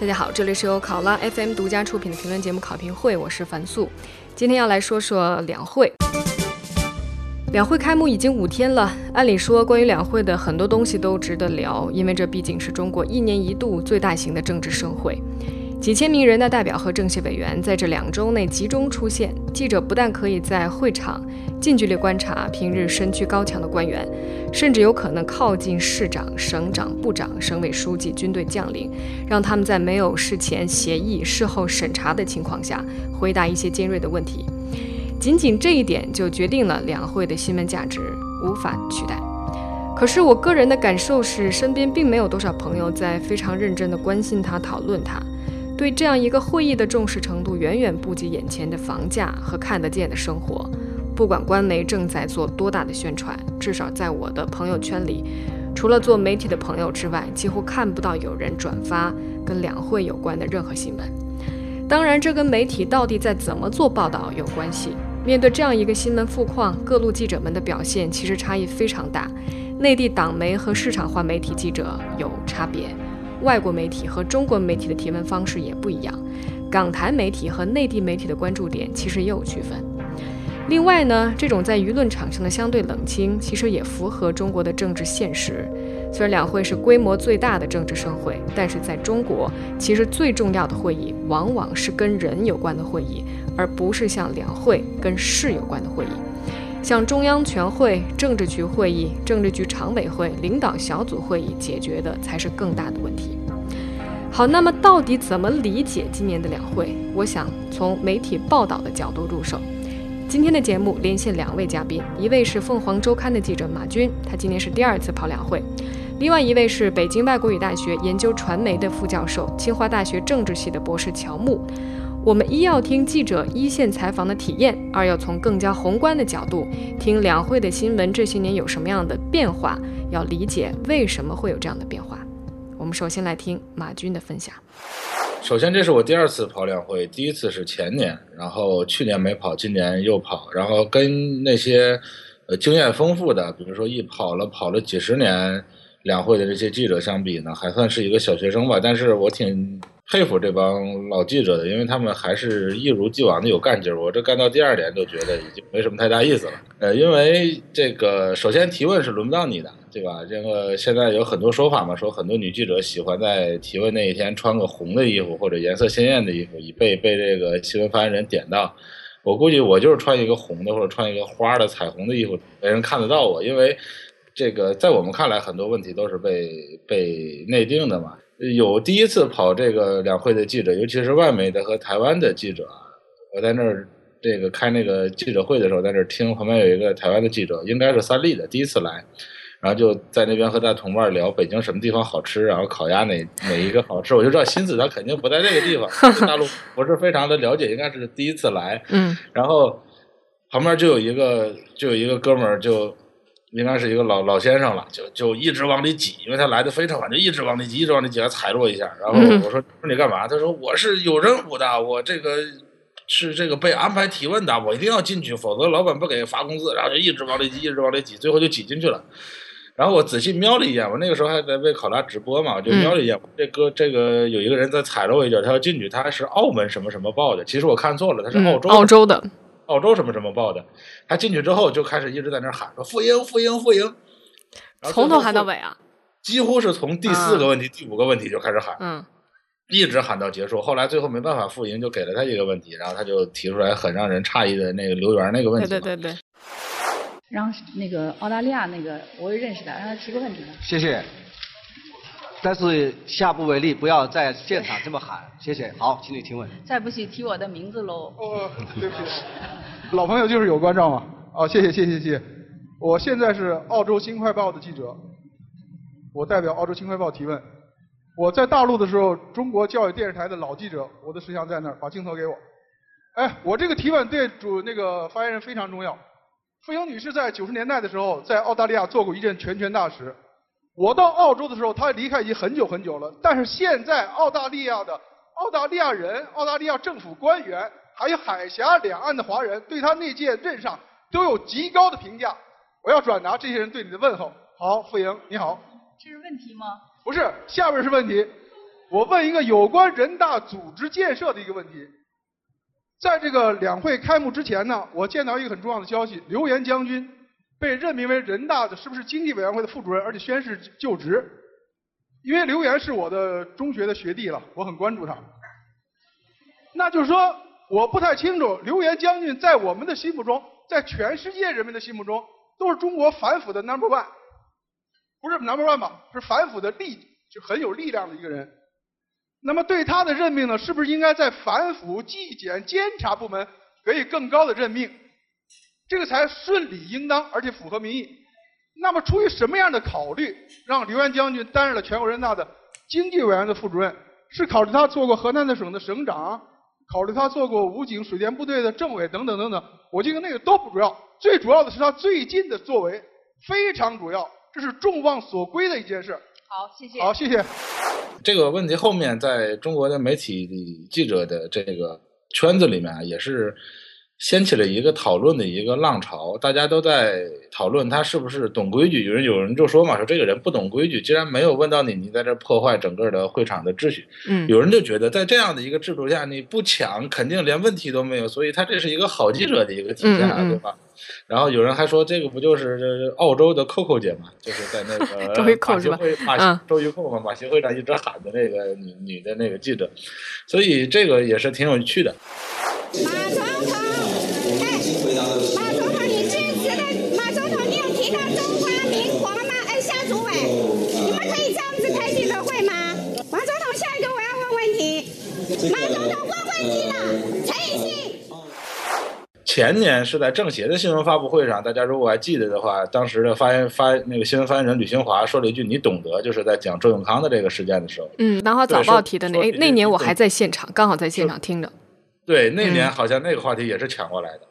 大家好，这里是由考拉 FM 独家出品的评论节目考评会，我是樊素。今天要来说说两会。两会开幕已经5天了，按理说关于两会的很多东西都值得聊，因为这毕竟是中国1年1度最大型的政治盛会。几千名人大代表和政协委员在这2周内集中出现，记者不但可以在会场近距离观察平日身躯高强的官员，甚至有可能靠近市长、省长、部长、省委书记、军队将领，让他们在没有事前协议、事后审查的情况下回答一些尖锐的问题。仅仅这一点就决定了两会的新闻价值无法取代。可是我个人的感受是，身边并没有多少朋友在非常认真地关心它、讨论它。对这样一个会议的重视程度远远不及眼前的房价和看得见的生活。不管官媒正在做多大的宣传，至少在我的朋友圈里，除了做媒体的朋友之外，几乎看不到有人转发跟两会有关的任何新闻。当然，这跟媒体到底在怎么做报道有关系。面对这样一个新闻富矿，各路记者们的表现其实差异非常大。内地党媒和市场化媒体记者有差别，外国媒体和中国媒体的提问方式也不一样，港台媒体和内地媒体的关注点其实也有区分。另外呢，这种在舆论场上的相对冷清，其实也符合中国的政治现实。虽然两会是规模最大的政治盛会，但是在中国，其实最重要的会议往往是跟人有关的会议，而不是像两会跟事有关的会议。像中央全会、政治局会议、政治局常委会、领导小组会议解决的才是更大的问题。好，那么到底怎么理解今年的两会？我想从媒体报道的角度入手。今天的节目连线2位嘉宾，一位是凤凰周刊的记者马军，他今年是第2次跑两会；另外一位是北京外国语大学研究传媒的副教授、清华大学政治系的博士乔木。我们一要听记者一线采访的体验，二要从更加宏观的角度听两会的新闻这些年有什么样的变化，要理解为什么会有这样的变化。我们首先来听马军的分享。 首先，这是我第2次跑两会，第1次是前年，然后去年没跑，今年又跑，然后跟那些经验丰富的，比如说跑了几十年两会的这些记者相比呢，还算是一个小学生吧。但是我挺佩服这帮老记者的，因为他们还是一如既往的有干劲儿。我这干到第2年都觉得已经没什么太大意思了。因为这个首先提问是轮不到你的，对吧？这个现在有很多说法嘛，说很多女记者喜欢在提问那一天穿个红的衣服或者颜色鲜艳的衣服，以被这个新闻发言人点到。我估计我就是穿一个红的或者穿一个花的彩虹的衣服，没人看得到我，因为这个在我们看来很多问题都是被内定的嘛。有第1次跑这个两会的记者，尤其是外媒的和台湾的记者，我在那儿这个开那个记者会的时候，在那儿听，旁边有一个台湾的记者，应该是3立的，第1次来，然后就在那边和他同伴聊北京什么地方好吃，然后烤鸭哪一个好吃，我就知道心思他肯定不在这个地方，大陆不是非常的了解，应该是第1次来，然后旁边就有一个哥们儿，就应该是一个老先生了，就一直往里挤，因为他来的非常晚，就一直往里挤，还踩了我一下。然后我说你干嘛？他说我是有任务的，我这个是这个被安排提问的，我一定要进去，否则老板不给发工资。然后就一直往里挤，最后就挤进去了。然后我仔细瞄了一眼，我那个时候还在为考拉直播嘛，我就瞄了一眼，这个有一个人在踩了我一脚，他要进去，他是澳门什么什么报的，其实我看错了，他是澳洲的。澳洲什么什么报的，他进去之后就开始一直在那喊说复英， 从头喊到尾啊， 几乎是从第4个问题、第5个问题就开始喊，一直喊到结束。后来最后没办法复英，就给了他一个问题，然后他就提出来很让人诧异的那个刘源那个问题。 对。 然后那个澳大利亚那个我也认识的，让他提个问题吧。 谢谢。但是下不为例，不要在现场这么喊，谢谢。好，请你提问。 再不许提我的名字喽。 对不起，老朋友就是有关照嘛。谢谢。我现在是澳洲新快报的记者，我代表澳洲新快报提问。我在大陆的时候，中国教育电视台的老记者，我的摄像在那儿，把镜头给我。我这个提问对那个发言人非常重要。傅英女士在90年代的时候，在澳大利亚做过一任全权大使。我到澳洲的时候，他离开已经很久很久了。但是现在澳大利亚人、澳大利亚政府官员，还有海峡两岸的华人，对他那届任上都有极高的评价。我要转达这些人对你的问候。好，傅莹，你好。 这是问题吗？ 不是，下边是问题。 我问一个有关人大组织建设的一个问题。在这个两会开幕之前呢，我见到一个很重要的消息，刘延将军被任命为人大的是不是经济委员会的副主任，而且宣誓就职。因为刘延是我的中学的学弟了，我很关注他。那就是说，我不太清楚刘延将军在我们的心目中，在全世界人民的心目中，都是中国反腐的 No.1， 不是 No.1 吧？是反腐的就很有力量的一个人。那么对他的任命呢，是不是应该在反腐、纪检、监察部门给予更高的任命？这个才顺理应当，而且符合民意。那么出于什么样的考虑，让刘延将军担任了全国人大的经济委员的副主任？是考虑他做过河南省的省长，考虑他做过武警水电部队的政委等等等等。我觉得那个都不主要，最主要的是他最近的作为非常主要，这是众望所归的一件事。 好，谢谢。 好，谢谢。 这个问题后面在中国的媒体记者的这个圈子里面也是掀起了一个讨论的一个浪潮，大家都在讨论他是不是懂规矩。有人就说嘛，说这个人不懂规矩，既然没有问到你，你在这破坏整个的会场的秩序。有人就觉得在这样的一个制度下，你不抢肯定连问题都没有，所以他这是一个好记者的一个体现对吧？然后有人还说这个不就是澳洲的扣扣姐嘛，就是在那个周玉蔻是吧？ 周玉蔻嘛，马协会长一直喊的那个女的那个记者，所以这个也是挺有趣的。 马总统，你支持的马总统，你有提到中华民国吗？夏主委，你们可以这样子开记者会吗？马总统，下一个我要问问题。马总统问问题了，陈以信。 前年是在政协的新闻发布会上，大家如果还记得的话，当时的那个新闻发言人吕新华说了一句"你懂得"，就是在讲周永康的这个事件的时候。 南华早报提的那年我还在现场，刚好在现场听着。对， 那年好像那个话题也是抢过来的。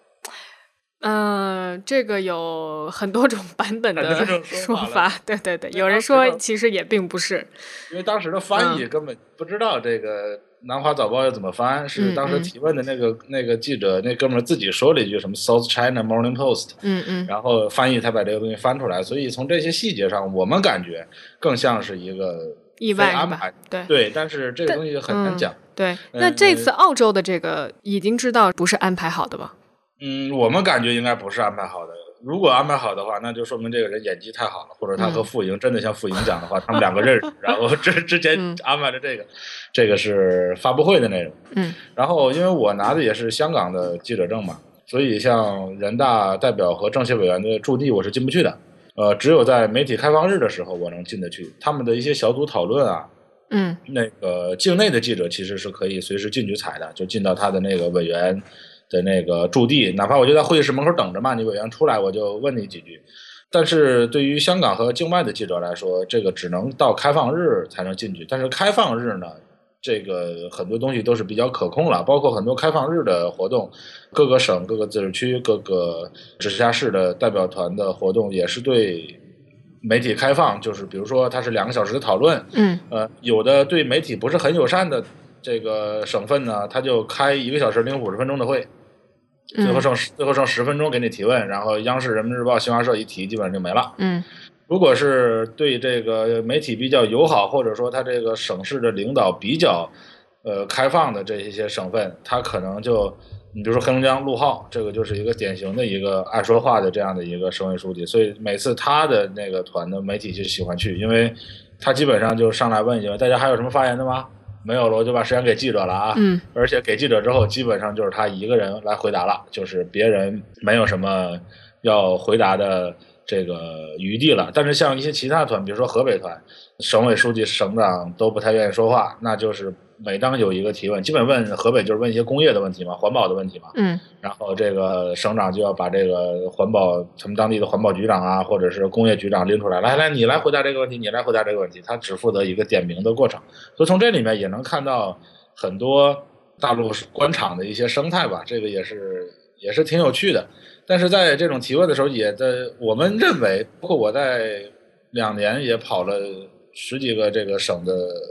这个有很多种版本的说法，对，有人说其实也并不是， 因为当时的翻译根本不知道这个南华早报要怎么翻，是当时提问的那个记者那哥们儿自己说了一句什么 South China Morning Post， 然后翻译才把这个东西翻出来，所以从这些细节上，我们感觉更像是一个意外安排，对，但是这个东西很难讲。 对，那这次澳洲的这个已经知道不是安排好的吧？ 我们感觉应该不是安排好的。如果安排好的话，那就说明这个人演技太好了，或者他和傅莹真的像傅莹讲的话，他们两个认识，然后之前安排的这个是发布会的内容。然后因为我拿的也是香港的记者证嘛，所以像人大代表和政协委员的驻地我是进不去的。只有在媒体开放日的时候我能进得去，他们的一些小组讨论啊，那个境内的记者其实是可以随时进去采的，就进到他的那个委员的那个驻地，哪怕我就在会议室门口等着嘛，你委员出来我就问你几句。但是对于香港和境外的记者来说，这个只能到开放日才能进去。但是开放日呢，这个很多东西都是比较可控了，包括很多开放日的活动，各个省、各个自治区、各个直辖市的代表团的活动也是对媒体开放，就是比如说它是2个小时的讨论，有的对媒体不是很友善的这个省份呢，他就开1个小时050分钟的会，最后剩10分钟给你提问，然后央视、人民日报、新华社一提，基本上就没了。如果是对这个媒体比较友好，或者说他这个省市的领导比较开放的这些省份，他可能就你比如说黑龙江陆浩，这个就是一个典型的一个爱说话的这样的一个省委书记，所以每次他的那个团的媒体就喜欢去，因为他基本上就上来问一句大家还有什么发言的吗？没有了，我就把时间给记者了啊。而且给记者之后基本上就是他一个人来回答了，就是别人没有什么要回答的这个余地了。但是像一些其他团，比如说河北团，省委书记、省长都不太愿意说话，那就是每当有一个提问，基本问河北就是问一些工业的问题嘛，环保的问题嘛。然后这个省长就要把这个环保，他们当地的环保局长啊，或者是工业局长拎出来，来，你来回答这个问题，你来回答这个问题，他只负责一个点名的过程。所以从这里面也能看到很多大陆官场的一些生态吧，这个也是挺有趣的。但是在这种提问的时候，我们认为，包括我在2年也跑了10几个这个省的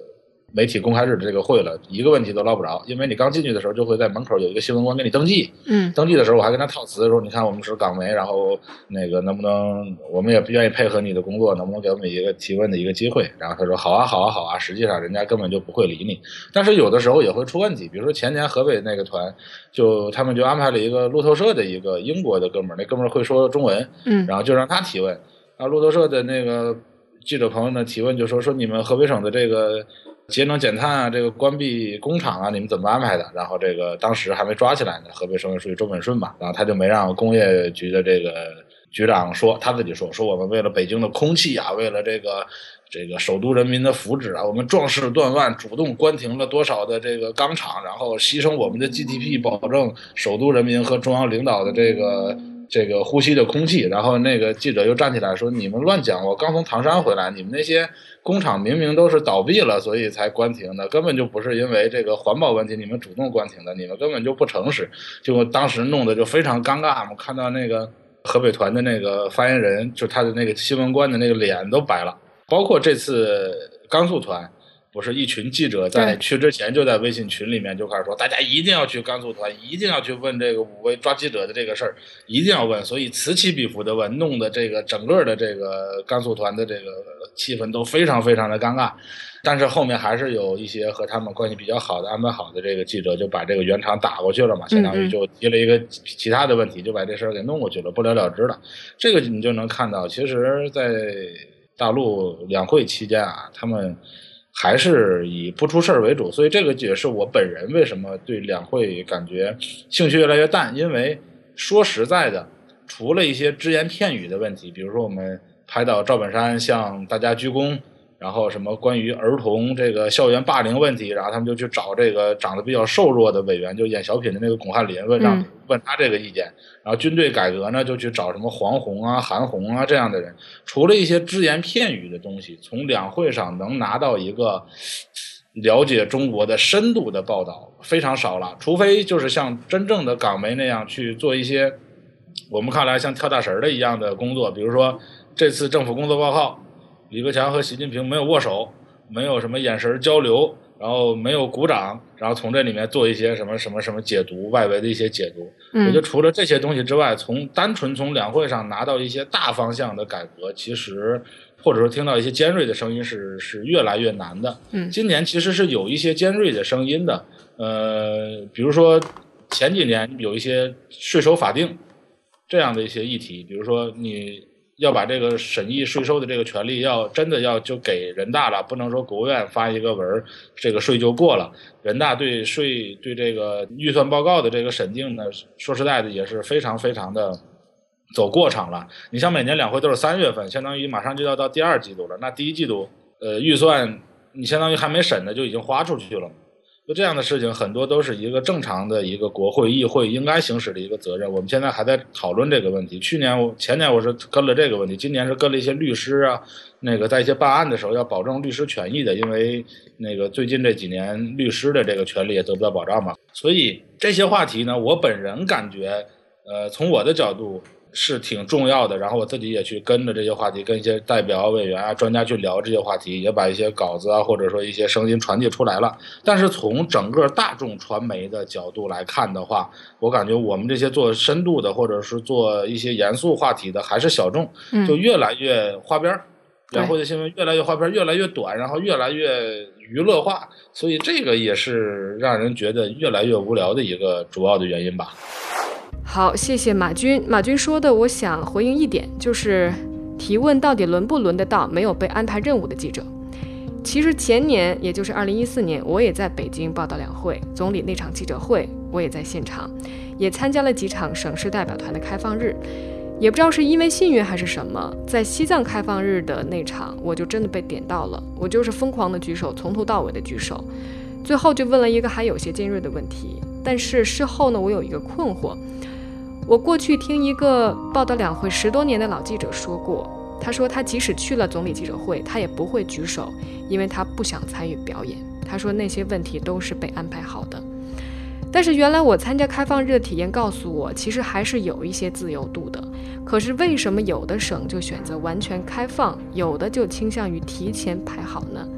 媒体公开日的这个会了，一个问题都捞不着，因为你刚进去的时候就会在门口有一个新闻官给你登记，登记的时候我还跟他套词说，你看我们是港媒，然后那个能不能我们也愿意配合你的工作，能不能给我们一个提问的一个机会？然后他说好啊好啊好啊，实际上人家根本就不会理你。但是有的时候也会出问题，比如说前年河北那个团，他们就安排了一个路透社的一个英国的哥们儿，那哥们儿会说中文，然后就让他提问，然后路透社的那个记者朋友呢提问就说你们河北省的这个节能减碳啊，这个关闭工厂啊，你们怎么安排的？然后这个当时还没抓起来呢，河北省委书记周本顺吧，然后他就没让工业局的这个局长说，他自己说我们为了北京的空气啊，为了这个首都人民的福祉啊，我们壮士断腕，主动关停了多少的这个钢厂，然后牺牲我们的 GDP， 保证首都人民和中央领导的这个呼吸的空气。然后那个记者又站起来说，你们乱讲，我刚从唐山回来，你们那些工厂明明都是倒闭了所以才关停的，根本就不是因为这个环保问题你们主动关停的，你们根本就不诚实。就当时弄得就非常尴尬，我看到那个河北团的那个发言人，就他的那个新闻官的那个脸都白了。包括这次甘肃团，不是一群记者在去之前就在微信群里面就开始说，大家一定要去甘肃团，一定要去问这个武威抓记者的这个事儿，一定要问，所以此起彼伏的问，弄得这个整个的这个甘肃团的这个气氛都非常非常的尴尬。但是后面还是有一些和他们关系比较好的安排好的这个记者就把这个原厂打过去了嘛，相当于就提了一个其他的问题，就把这事儿给弄过去了，不了了之了。这个你就能看到，其实在大陆两会期间啊，他们还是以不出事儿为主，所以这个也是我本人为什么对两会感觉兴趣越来越淡。因为说实在的，除了一些只言片语的问题，比如说我们拍到赵本山向大家鞠躬，然后什么关于儿童这个校园霸凌问题，然后他们就去找这个长得比较瘦弱的委员，就演小品的那个巩汉林，问他这个意见。然后军队改革呢，就去找什么黄宏啊、韩红啊这样的人。除了一些只言片语的东西，从两会上能拿到一个了解中国的深度的报道非常少了，除非就是像真正的港媒那样去做一些我们看来像跳大神的一样的工作。比如说这次政府工作报告，李克强和习近平没有握手，没有什么眼神交流，然后没有鼓掌，然后从这里面做一些什么解读，外围的一些解读。我觉得除了这些东西之外，单纯从两会上拿到一些大方向的改革，其实或者说听到一些尖锐的声音是越来越难的。今年其实是有一些尖锐的声音的，比如说前几年有一些税收法定这样的一些议题，比如说你要把这个审议税收的这个权利真的就给人大了，不能说国务院发一个文这个税就过了。人大对这个预算报告的这个审定呢，说实在的也是非常非常的走过场了。你像每年两会都是3月份，相当于马上就要到第2季度了，那第1季度预算你相当于还没审呢就已经花出去了。就这样的事情很多都是一个正常的一个国会议会应该行使的一个责任，我们现在还在讨论这个问题。前年我是跟了这个问题，今年是跟了一些律师啊，在一些办案的时候要保证律师权益的，因为最近这几年律师的这个权利也得不到保障嘛。所以这些话题呢，我本人感觉从我的角度是挺重要的，然后我自己也去跟着这些话题，跟一些代表委员啊、专家去聊这些话题，也把一些稿子啊或者说一些声音传递出来了。但是从整个大众传媒的角度来看的话，我感觉我们这些做深度的或者是做一些严肃话题的还是小众，就越来越花边，两会的新闻越来越花边，越来越短，然后越来越娱乐化，所以这个也是让人觉得越来越无聊的一个主要的原因吧。 好，谢谢马军。马军说的我想回应一点，就是提问到底轮不轮得到没有被安排任务的记者。其实前年也就是2014年，我也在北京报道两会，总理那场记者会我也在现场，也参加了几场省市代表团的开放日。也不知道是因为幸运还是什么，在西藏开放日的那场我就真的被点到了，我就是疯狂的举手，从头到尾的举手，最后就问了一个还有些尖锐的问题。但是事后呢，我有一个困惑。我过去听一个报道两会10多年的老记者说过，他说他即使去了总理记者会，他也不会举手，因为他不想参与表演。他说那些问题都是被安排好的。但是原来我参加开放日的体验告诉我，其实还是有一些自由度的。可是为什么有的省就选择完全开放，有的就倾向于提前排好呢？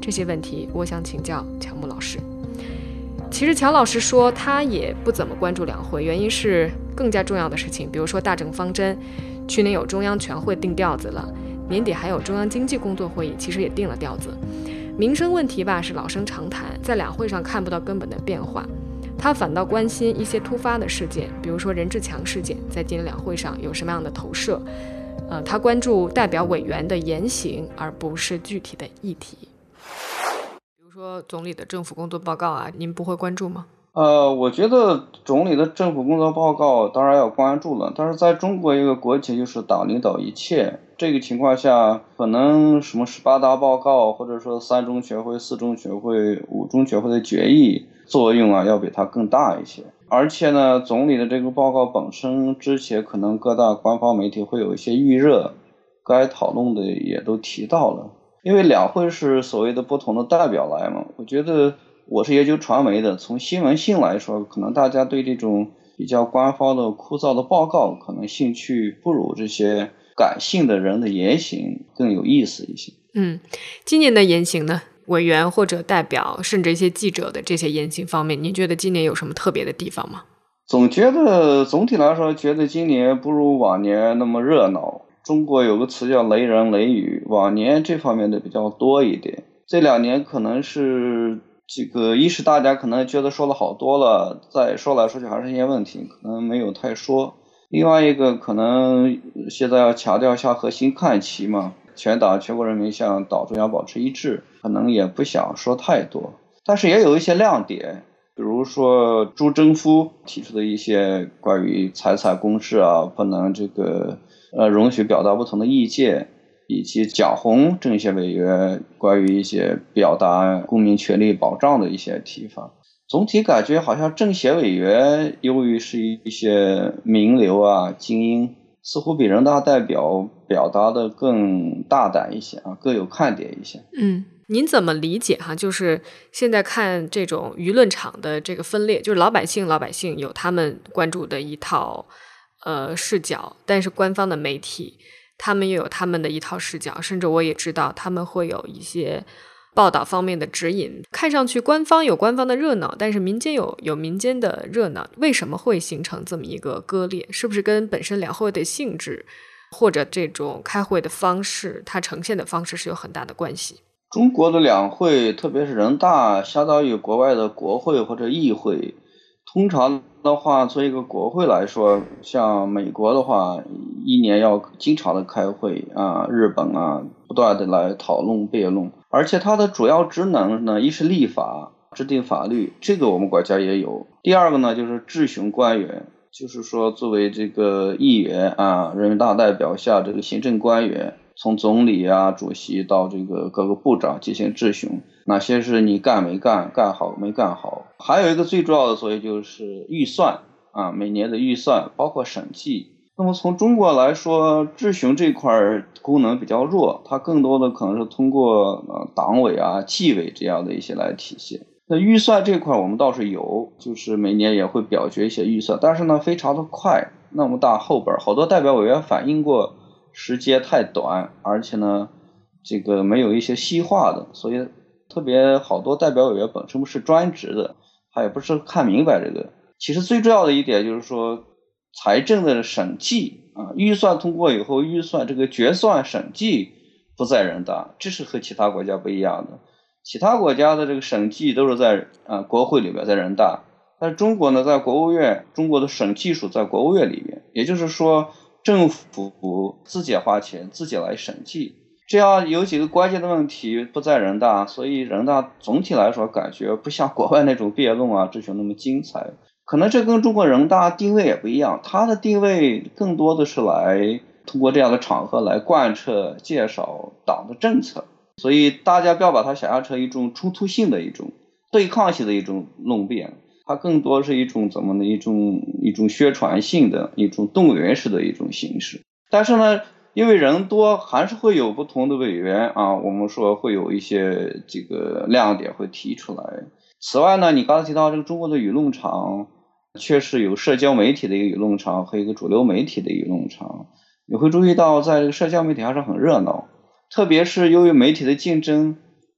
这些问题我想请教乔木老师。其实乔老师说他也不怎么关注两会，原因是更加重要的事情，比如说大政方针，去年有中央全会定调子了，年底还有中央经济工作会议，其实也定了调子。民生问题吧是老生常谈，在两会上看不到根本的变化，他反倒关心一些突发的事件，比如说任志强事件在今年两会上有什么样的投射。他关注代表委员的言行，而不是具体的议题。比如说总理的政府工作报告啊，您不会关注吗？ 我觉得总理的政府工作报告当然要关注了，但是在中国一个国情就是党领导一切，这个情况下可能什么18大报告或者说3中全会、4中全会、5中全会的决议作用啊要比它更大一些。而且呢，总理的这个报告本身之前可能各大官方媒体会有一些预热，该讨论的也都提到了。因为两会是所谓的不同的代表来嘛，我觉得我是研究传媒的，从新闻性来说，可能大家对这种比较官方的枯燥的报告可能兴趣不如这些感性的人的言行更有意思一些。 今年的言行呢，委员或者代表甚至一些记者的这些言行方面，您觉得今年有什么特别的地方吗？ 总体来说觉得今年不如往年那么热闹。中国有个词叫雷人雷语，往年这方面的比较多一点，这2年可能是这个一是大家可能觉得说了好多了，再说来说去还是一些问题，可能没有太说。另外一个可能现在要强调一下核心看齐嘛，全党全国人民向党中央保持一致，可能也不想说太多。但是也有一些亮点，比如说朱征夫提出的一些关于财产公示啊，不能这个容许表达不同的意见，以及蒋红政协委员关于一些表达公民权利保障的一些提法。总体感觉好像政协委员由于是一些名流啊精英，似乎比人大代表表达的更大胆一些啊，更有看点一些。 您怎么理解就是现在看这种舆论场的这个分裂，就是老百姓有他们关注的一套视角，但是官方的媒体他们又有他们的一套视角，甚至我也知道他们会有一些报道方面的指引。看上去官方有官方的热闹，但是民间有民间的热闹，为什么会形成这么一个割裂？是不是跟本身两会的性质或者这种开会的方式，它呈现的方式是有很大的关系？ 中国的两会，特别是人大，相当于国外的国会或者议会。通常的话，作为一个国会来说，像美国的话，1年要经常的开会啊，日本啊，不断的来讨论辩论。而且它的主要职能呢，一是立法，制定法律，这个我们国家也有。第二个呢，就是质询官员，就是说作为这个议员啊，人民大代表下这个行政官员，从总理啊、主席到这个各个部长进行质询，哪些是你干没干，干好没干好。还有一个最重要的所谓就是预算啊，每年的预算包括审计。那么从中国来说，质询这块功能比较弱，它更多的可能是通过党委啊、纪委这样的一些来体现。那预算这块我们倒是有，就是每年也会表决一些预算，但是呢非常的快，那么大厚本，好多代表委员反映过时间太短，而且呢这个没有一些细化的，所以特别好多代表委员本身不是专职的，他也不是看明白这个。其实最重要的一点就是说财政的审计啊，预算通过以后，预算这个决算审计不在人大，这是和其他国家不一样的。其他国家的这个审计都是在国会里面，在人大，但是中国呢在国务院，中国的审计属在国务院里面，也就是说政府自己花钱自己来审计，这样有几个关键的问题不在人大，所以人大总体来说感觉不像国外那种辩论啊质询那么精彩。可能这跟中国人大定位也不一样，它的定位更多的是来通过这样的场合来贯彻介绍党的政策，所以大家不要把它想象成一种冲突性的一种对抗性的一种论辩，它更多是一种一种宣传性的一种动员式的一种形式。但是呢因为人多，还是会有不同的委员啊，我们说会有一些这个亮点会提出来。此外呢，你刚才提到这个中国的舆论场，确实有社交媒体的一个舆论场和一个主流媒体的舆论场。你会注意到在这个社交媒体还是很热闹，特别是由于媒体的竞争，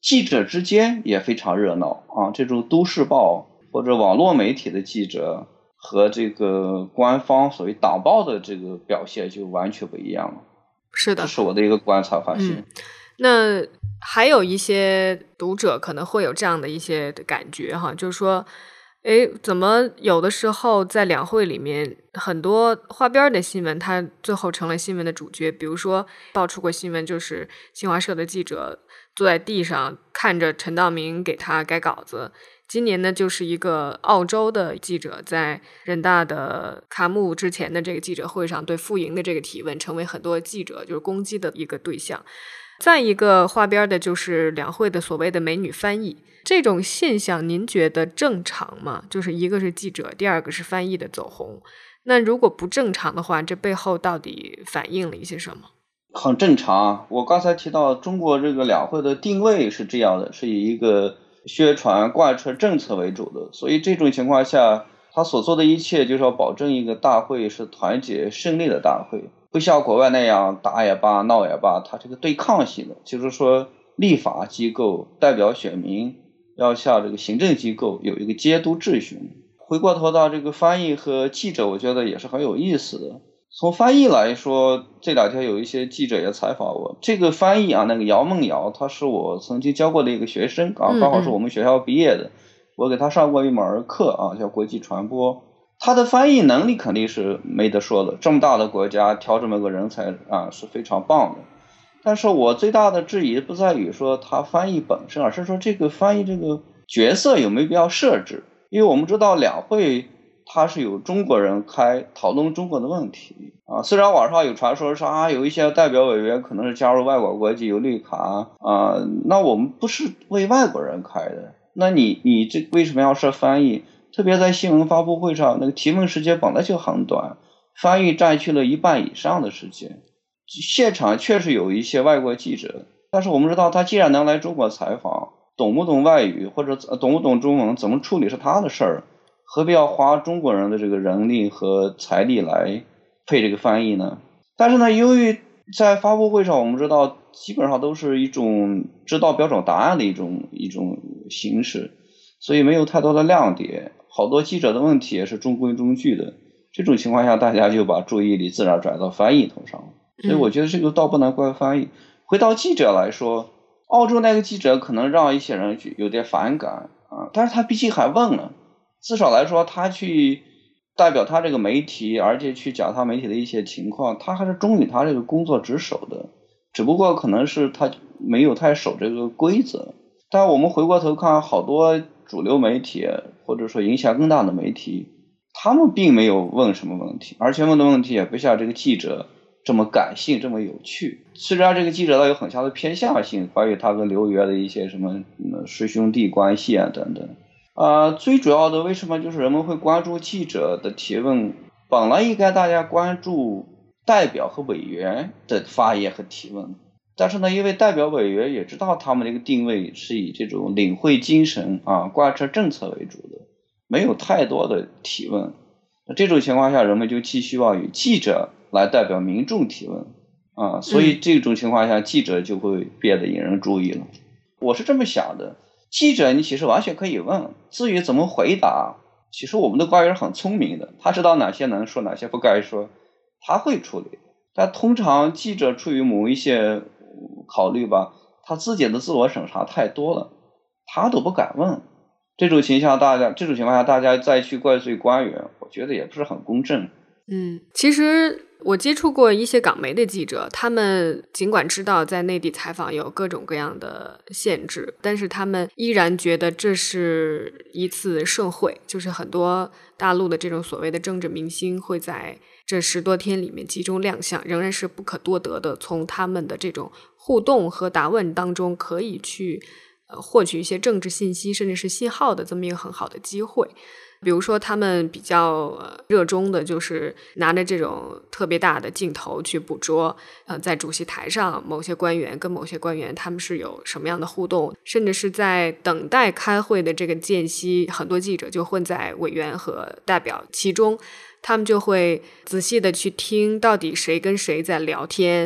记者之间也非常热闹啊，这种都市报或者网络媒体的记者和这个官方所谓党报的这个表现就完全不一样了。 是的， 这是我的一个观察发现。 那还有一些读者可能会有这样的一些感觉哈，就是说怎么有的时候在两会里面很多花边的新闻它最后成了新闻的主角，比如说爆出过新闻，就是新华社的记者坐在地上看着陈道明给他改稿子。今年呢，就是一个澳洲的记者在人大的开幕之前的这个记者会上对傅莹的这个提问成为很多记者就是攻击的一个对象。再一个花边的就是两会的所谓的美女翻译，这种现象您觉得正常吗？就是一个是记者，第二个是翻译的走红，那如果不正常的话，这背后到底反映了一些什么？ 很正常，我刚才提到中国这个两会的定位是这样的，是以一个宣传贯彻政策为主的，所以这种情况下他所做的一切就是要保证一个大会是团结胜利的大会，不像国外那样打也罢闹也罢，它这个对抗性的，就是说立法机构代表选民要向这个行政机构有一个监督秩序。回过头到这个翻译和记者，我觉得也是很有意思的。从翻译来说，这两天有一些记者也采访我，这个翻译啊，那个姚梦瑶，他是我曾经教过的一个学生啊，刚好是我们学校毕业的，我给他上过一门课啊，叫国际传播。他的翻译能力肯定是没得说的，这么大的国家挑这么个人才啊是非常棒的。但是我最大的质疑不在于说他翻译本身，而是说这个翻译这个角色有没有必要设置。因为我们知道两会它是有中国人开讨论中国的问题啊，虽然网上有传说说有一些代表委员可能是加入外国国籍有绿卡啊，那我们不是为外国人开的，那你这为什么要设翻译？特别在新闻发布会上，那个提问时间本来就很短，翻译占据了1半以上的时间。现场确实有一些外国记者，但是我们知道他既然能来中国采访，懂不懂外语或者懂不懂中文怎么处理是他的事儿，何必要花中国人的这个人力和财力来配这个翻译呢？但是呢，由于在发布会上我们知道基本上都是一种知道标准答案的一种形式，所以没有太多的亮点，好多记者的问题也是中规中矩的，这种情况下大家就把注意力自然转到翻译头上，所以我觉得这个倒不能怪翻译。回到记者来说，澳洲那个记者可能让一些人有点反感啊，但是他毕竟还问了，至少来说他去代表他这个媒体，而且去讲他媒体的一些情况，他还是忠于他这个工作职守的，只不过可能是他没有太守这个规则。但我们回过头看，好多主流媒体或者说影响更大的媒体，他们并没有问什么问题，而且问的问题也不像这个记者这么感性这么有趣。虽然这个记者他有很强的偏向性，关于他跟刘源的一些什么师兄弟关系啊等等最主要的为什么就是人们会关注记者的提问，本来应该大家关注代表和委员的发言和提问，但是呢，因为代表委员也知道他们这个定位是以这种领会精神贯彻政策为主的，没有太多的提问。那这种情况下，人们就寄希望于记者来代表民众提问所以这种情况下，记者就会变得引人注意了。我是这么想的，记者你其实完全可以问，至于怎么回答，其实我们的官员很聪明的，他知道哪些能说，哪些不该说，他会处理。但通常记者出于某一些考虑吧，他自己的自我审查太多了，他都不敢问。这种情况下大家再去怪罪官员，我觉得也不是很公正。 其实我接触过一些港媒的记者，他们尽管知道在内地采访有各种各样的限制，但是他们依然觉得这是一次盛会，就是很多大陆的这种所谓的政治明星会在这10多天里面集中亮相，仍然是不可多得的，从他们的这种互动和答问当中可以去获取一些政治信息甚至是信号的这么一个很好的机会。比如说他们比较热衷的就是拿着这种特别大的镜头去捕捉在主席台上某些官员跟某些官员他们是有什么样的互动，甚至是在等待开会的这个间隙，很多记者就混在委员和代表其中，他们就会仔细的去听到底谁跟谁在聊天，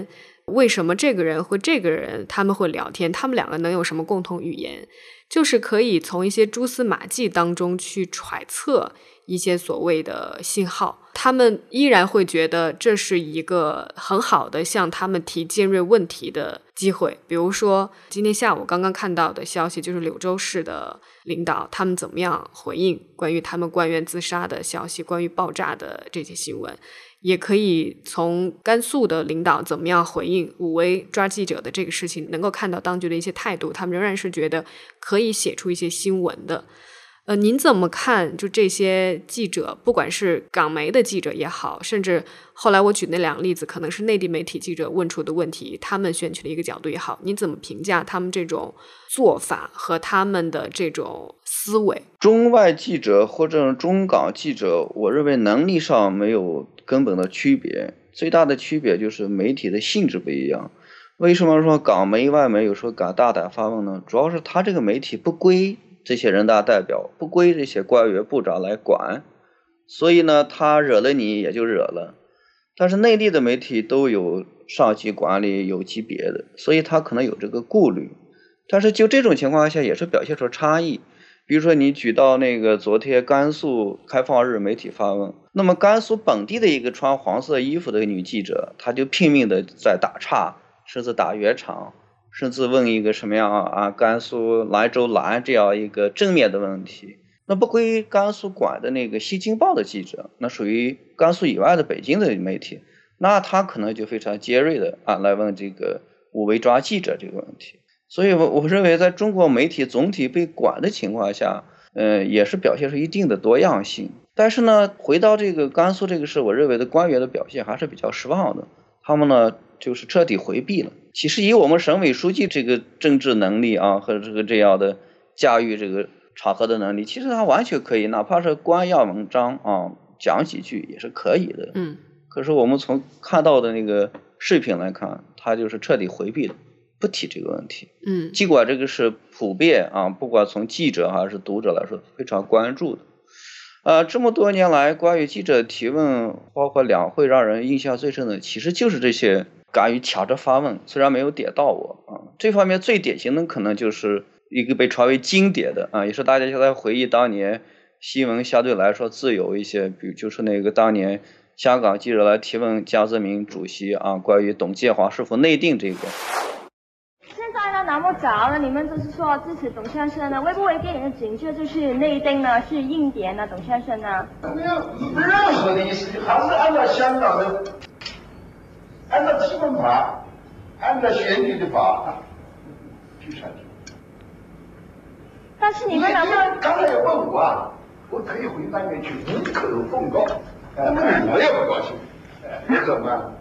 为什么这个人和这个人他们会聊天，他们两个能有什么共同语言，就是可以从一些蛛丝马迹当中去揣测一些所谓的信号，他们依然会觉得这是一个很好的向他们提尖锐问题的机会。比如说今天下午刚刚看到的消息，就是柳州市的领导他们怎么样回应关于他们官员自杀的消息，关于爆炸的这些新闻，也可以从甘肃的领导怎么样回应武威抓记者的这个事情，能够看到当局的一些态度，他们仍然是觉得可以写出一些新闻的。您怎么看就这些记者，不管是港媒的记者也好，甚至后来我举那两个例子可能是内地媒体记者问出的问题，他们选取的一个角度也好，你怎么评价他们这种做法和他们的这种思维？ 中外记者或者中港记者，我认为能力上没有根本的区别，最大的区别就是媒体的性质不一样。为什么说港媒外媒有时候敢大胆发问呢？主要是他这个媒体不归这些人大代表，不归这些官员部长来管，所以呢他惹了你也就惹了。但是内地的媒体都有上级管理，有级别的，所以他可能有这个顾虑。但是就这种情况下也是表现出差异。比如说你举到那个昨天甘肃开放日媒体发问，那么甘肃本地的一个穿黄色衣服的女记者，她就拼命的在打岔，甚至打圆场，甚至问一个什么样啊甘肃莱州兰这样一个正面的问题，那不归甘肃管的那个西京报的记者，那属于甘肃以外的北京的媒体，那他可能就非常尖锐的来问这个武威抓记者这个问题。所以我认为在中国媒体总体被管的情况下，也是表现出一定的多样性。但是呢，回到这个甘肃这个事，我认为的官员的表现还是比较失望的，他们呢就是彻底回避了。其实以我们省委书记这个政治能力和这样的驾驭这个场合的能力，其实他完全可以，哪怕是官样文章讲几句也是可以的。可是我们从看到的那个视频来看，他就是彻底回避了，不提这个问题。尽管这个是普遍不管从记者还是读者来说非常关注的。这么多年来关于记者提问，包括两会让人印象最深的，其实就是这些敢于抢着发问，虽然没有点到我这方面最典型的可能就是一个被传为经典的也是大家现在回忆当年新闻相对来说自由一些，比如就是那个当年香港记者来提问江泽民主席关于董建华是否内定这个。 现在呢那么早呢，你们就是说支持董先生呢，会不会给人的警觉就是内定呢是硬点呢董先生呢？ 没有任何的意思，还是按照香港的，按照基本法，按照选举的法去产生。 但是你们能不能刚才也问我我可以回单元去无可奉告，我也不高兴，我怎么办？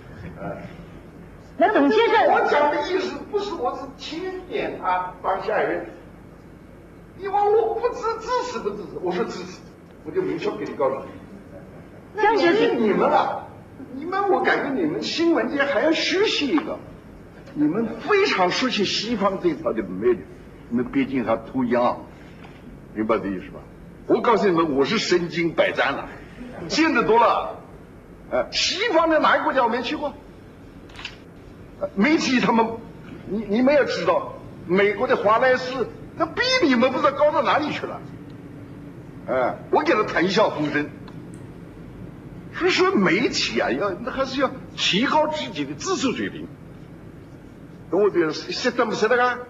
那董先生， 我讲的意思不是我是钦点他当下人，因为我不支持不支持，我说支持，我就明确给你告诉你。那至于你们你们我感觉你们新闻界还要学习一个，你们非常熟悉西方这套的媒体，你们毕竟还不一样，明白这意思吧？我告诉你们，我是身经百战了，见得多了。西方的哪个国家我没去过？媒体他们，你们也知道，美国的华莱士那比你们不知道高到哪里去了。我给他谈笑风生。所以说媒体还是要提高自己的知识水平。懂我这是怎么说的啊？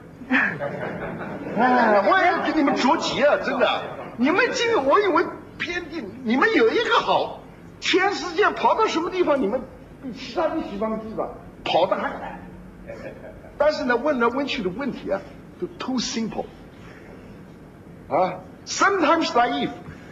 我也给你们着急真的。你们这个我以为偏地，你们有一个好，全世界跑到什么地方，你们比其他的西方地方跑得还快。但是呢，问来问去的问题就 too simple sometimes naive，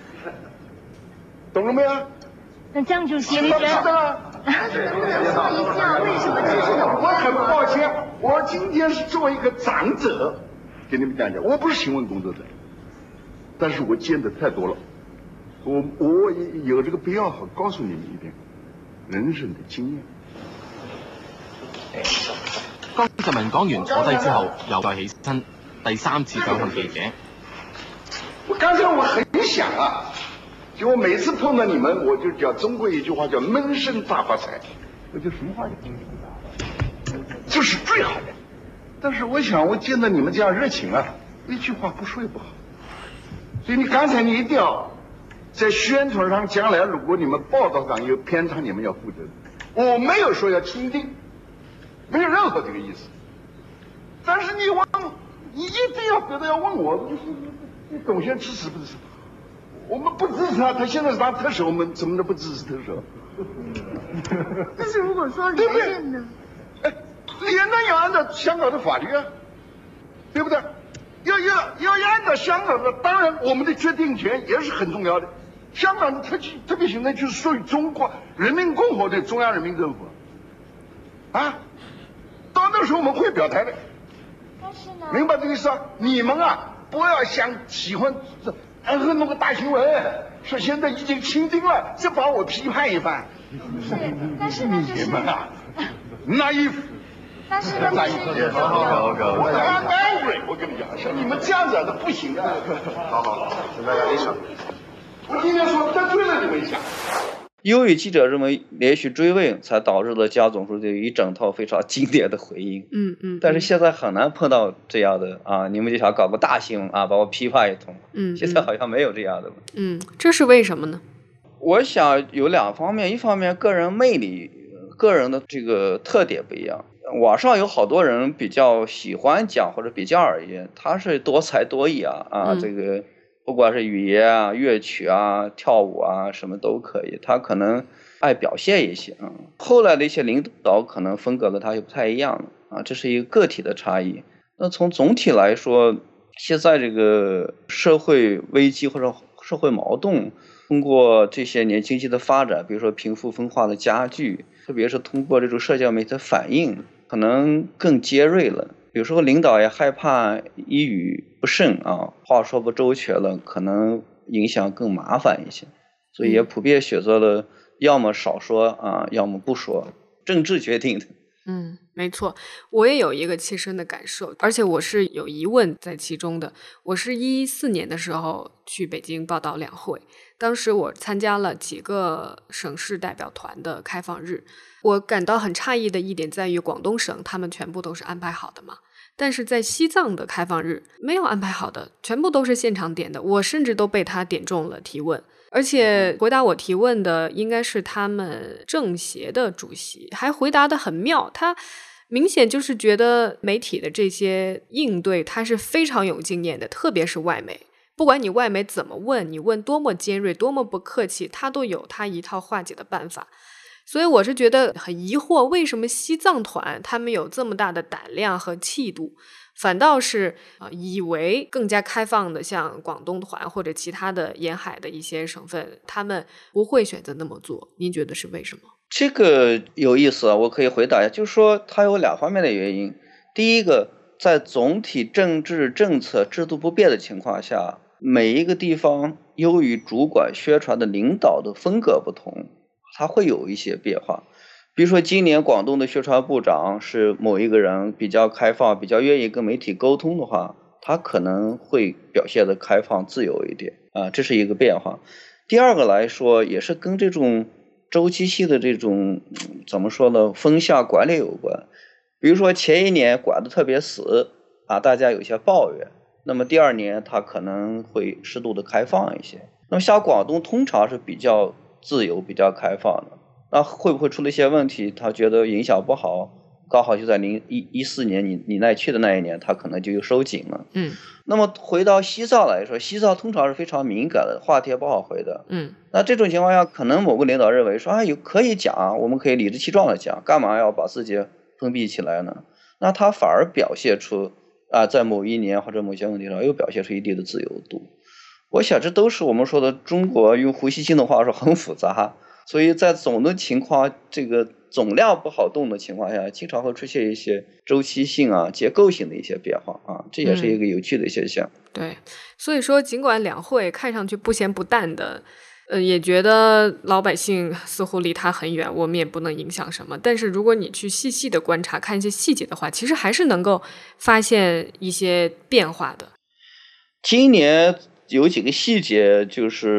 懂了没有？ 那这样就知道了。 说一下为什么支持董先生？ 我很抱歉，我今天是作为一个长者给你们讲讲，我不是新闻工作者，但是我见的太多了，我有这个必要告诉你们一点人生的经验。 江泽民講完坐低之後，又再起身，第三次走向記者。 我剛才我很想就我每次碰到你們，我就講中國一句話叫悶聲大發財，我就什麼話也聽不到。 是最好的。但是我想，我见到你们这样热情啊，一句话不说也不好。所以你刚才你一定要在宣传上，将来如果你们报道上有偏差，你们要负责。我没有说要钦定，没有任何这个意思。但是你一定要觉得要问我，你董先支持不支持？我们不支持他现在是当特首，我们怎么能不支持特首？ 但是如果说连任呢？ 连任要按照香港的法律啊，对不对？要按照香港的，当然我们的决定权也是很重要的。香港的特别行政区是属于中国人民共和国的中央人民政府啊，到那时候我们会表态的。 但是呢， 明白这个意思啊？你们啊，不要喜欢弄个大新闻，说现在已经钦定了，这把我批判一番。 是，但是呢，就是你们啊，那一。 但是呢，就是我很 angry， 我跟你讲，像你们这样子的不行的。好，请大家理解。我今天说得罪了你们一下。 由于记者认为连续追问，才导致了加总书记一整套非常经典的回应。但是现在很难碰到这样的啊，你们就想搞个大新闻啊，把我批判一通。现在好像没有这样的。 这是为什么呢？ 我想有两方面，一方面个人魅力、个人的这个特点不一样。网上有好多人比较喜欢讲，或者比较而言，他是多才多艺啊，这个不管是语言啊、乐曲啊、跳舞啊，什么都可以。他可能爱表现一些啊。后来的一些领导可能风格跟他就不太一样了啊，这是一个个体的差异。那从总体来说，现在这个社会危机或者社会矛盾，通过这些年经济的发展，比如说贫富分化的加剧，特别是通过这种社交媒体的反应，可能更尖锐了。有时候领导也害怕一语不慎啊，话说不周全了，可能影响更麻烦一些，所以也普遍选择了要么少说啊，要么不说，政治决定的。 没错，我也有一个切身的感受，而且我是有疑问在其中的。我是14年的时候去北京报道两会，当时我参加了几个省市代表团的开放日。我感到很诧异的一点在于，广东省他们全部都是安排好的嘛，但是在西藏的开放日没有安排好的，全部都是现场点的。我甚至都被他点中了提问，而且回答我提问的应该是他们政协的主席，还回答得很妙。他明显就是觉得媒体的这些应对他是非常有经验的，特别是外媒，不管你外媒怎么问，你问多么尖锐多么不客气，他都有他一套化解的办法。所以我是觉得很疑惑，为什么西藏团他们有这么大的胆量和气度，反倒是以为更加开放的像广东团或者其他的沿海的一些省份，他们不会选择那么做。您觉得是为什么？ 这个有意思啊，我可以回答一下，就是说它有两方面的原因。第一个，在总体政治政策制度不变的情况下，每一个地方由于主管宣传的领导的风格不同，它会有一些变化。比如说今年广东的宣传部长是某一个人，比较开放，比较愿意跟媒体沟通的话，他可能会表现得开放自由一点啊，这是一个变化。第二个来说，也是跟这种周期性的这种怎么说呢，风向管理有关。比如说前一年管得特别死啊，大家有些抱怨，那么第二年他可能会适度的开放一些。那么像广东通常是比较自由比较开放的，那会不会出了一些问题，他觉得影响不好，刚好就在2014年你那去的那一年，他可能就收紧了。那么回到西藏来说，西藏通常是非常敏感的，话题不好回的。那这种情况下，可能某个领导认为说可以讲，我们可以理直气壮的讲，干嘛要把自己封闭起来呢？那他反而表现出在某一年或者某些问题上又表现出一定的自由度。我想这都是我们说的中国用胡锡进的话说很复杂，所以在总的情况这个总量不好动的情况下，经常会出现一些周期性结构性的一些变化这也是一个有趣的现象。 对，所以说尽管两会看上去不咸不淡的，也觉得老百姓似乎离他很远，我们也不能影响什么，但是如果你去细细的观察看一些细节的话，其实还是能够发现一些变化的。 今年有几个细节就是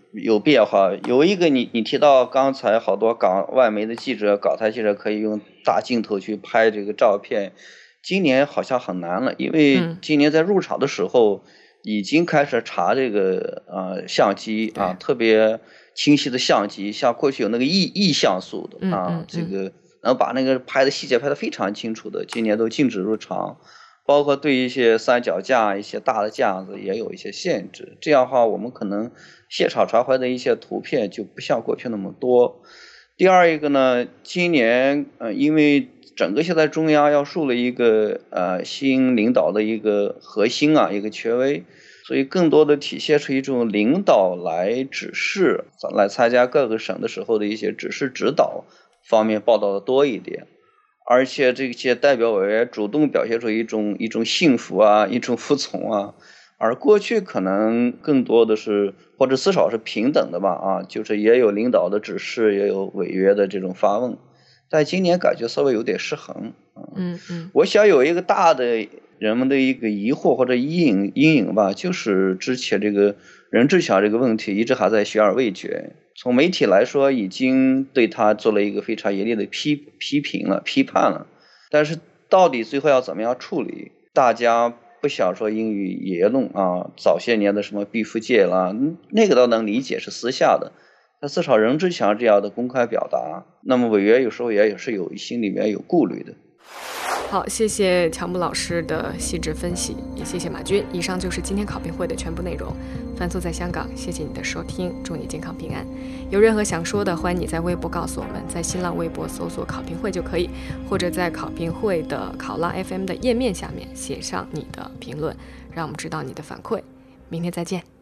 有变化。有一个你提到刚才好多港外媒的记者、港台记者可以用大镜头去拍这个照片，今年好像很难了，因为今年在入场的时候已经开始查这个相机啊，特别清晰的相机，像过去有那个异像素的啊，这个能把那个拍的细节拍得非常清楚的，今年都禁止入场。包括对一些三脚架、一些大的架子也有一些限制，这样的话我们可能现场传回的一些图片就不像过去那么多。第二一个呢，今年因为整个现在中央要树立一个新领导的一个核心啊，一个权威，所以更多的体现出一种领导来指示，来参加各个省的时候的一些指示指导方面报道的多一点。而且这些代表委员主动表现出一种信服啊，一种服从啊，而过去可能更多的是，或者至少是平等的吧啊，就是也有领导的指示，也有委员的这种发问，但今年感觉稍微有点失衡。我想有一个大的人们的一个疑惑或者阴影吧，就是之前这个任志强这个问题一直还在悬而未决。从媒体来说，已经对他做了一个非常严厉的批判了，但是到底最后要怎么样处理，大家不想说因于言论啊，早些年的什么毕福剑啦，那个倒能理解是私下的，但至少任志强这样的公开表达，那么委员有时候也是心里面有顾虑的。 好，谢谢乔木老师的细致分析，也谢谢马军。以上就是今天考评会的全部内容。范素在香港，谢谢你的收听，祝你健康平安。有任何想说的，欢迎你在微博告诉我们，在新浪微博搜索考评会就可以，或者在考评会的考拉 FM 的页面下面写上你的评论，让我们知道你的反馈。明天再见。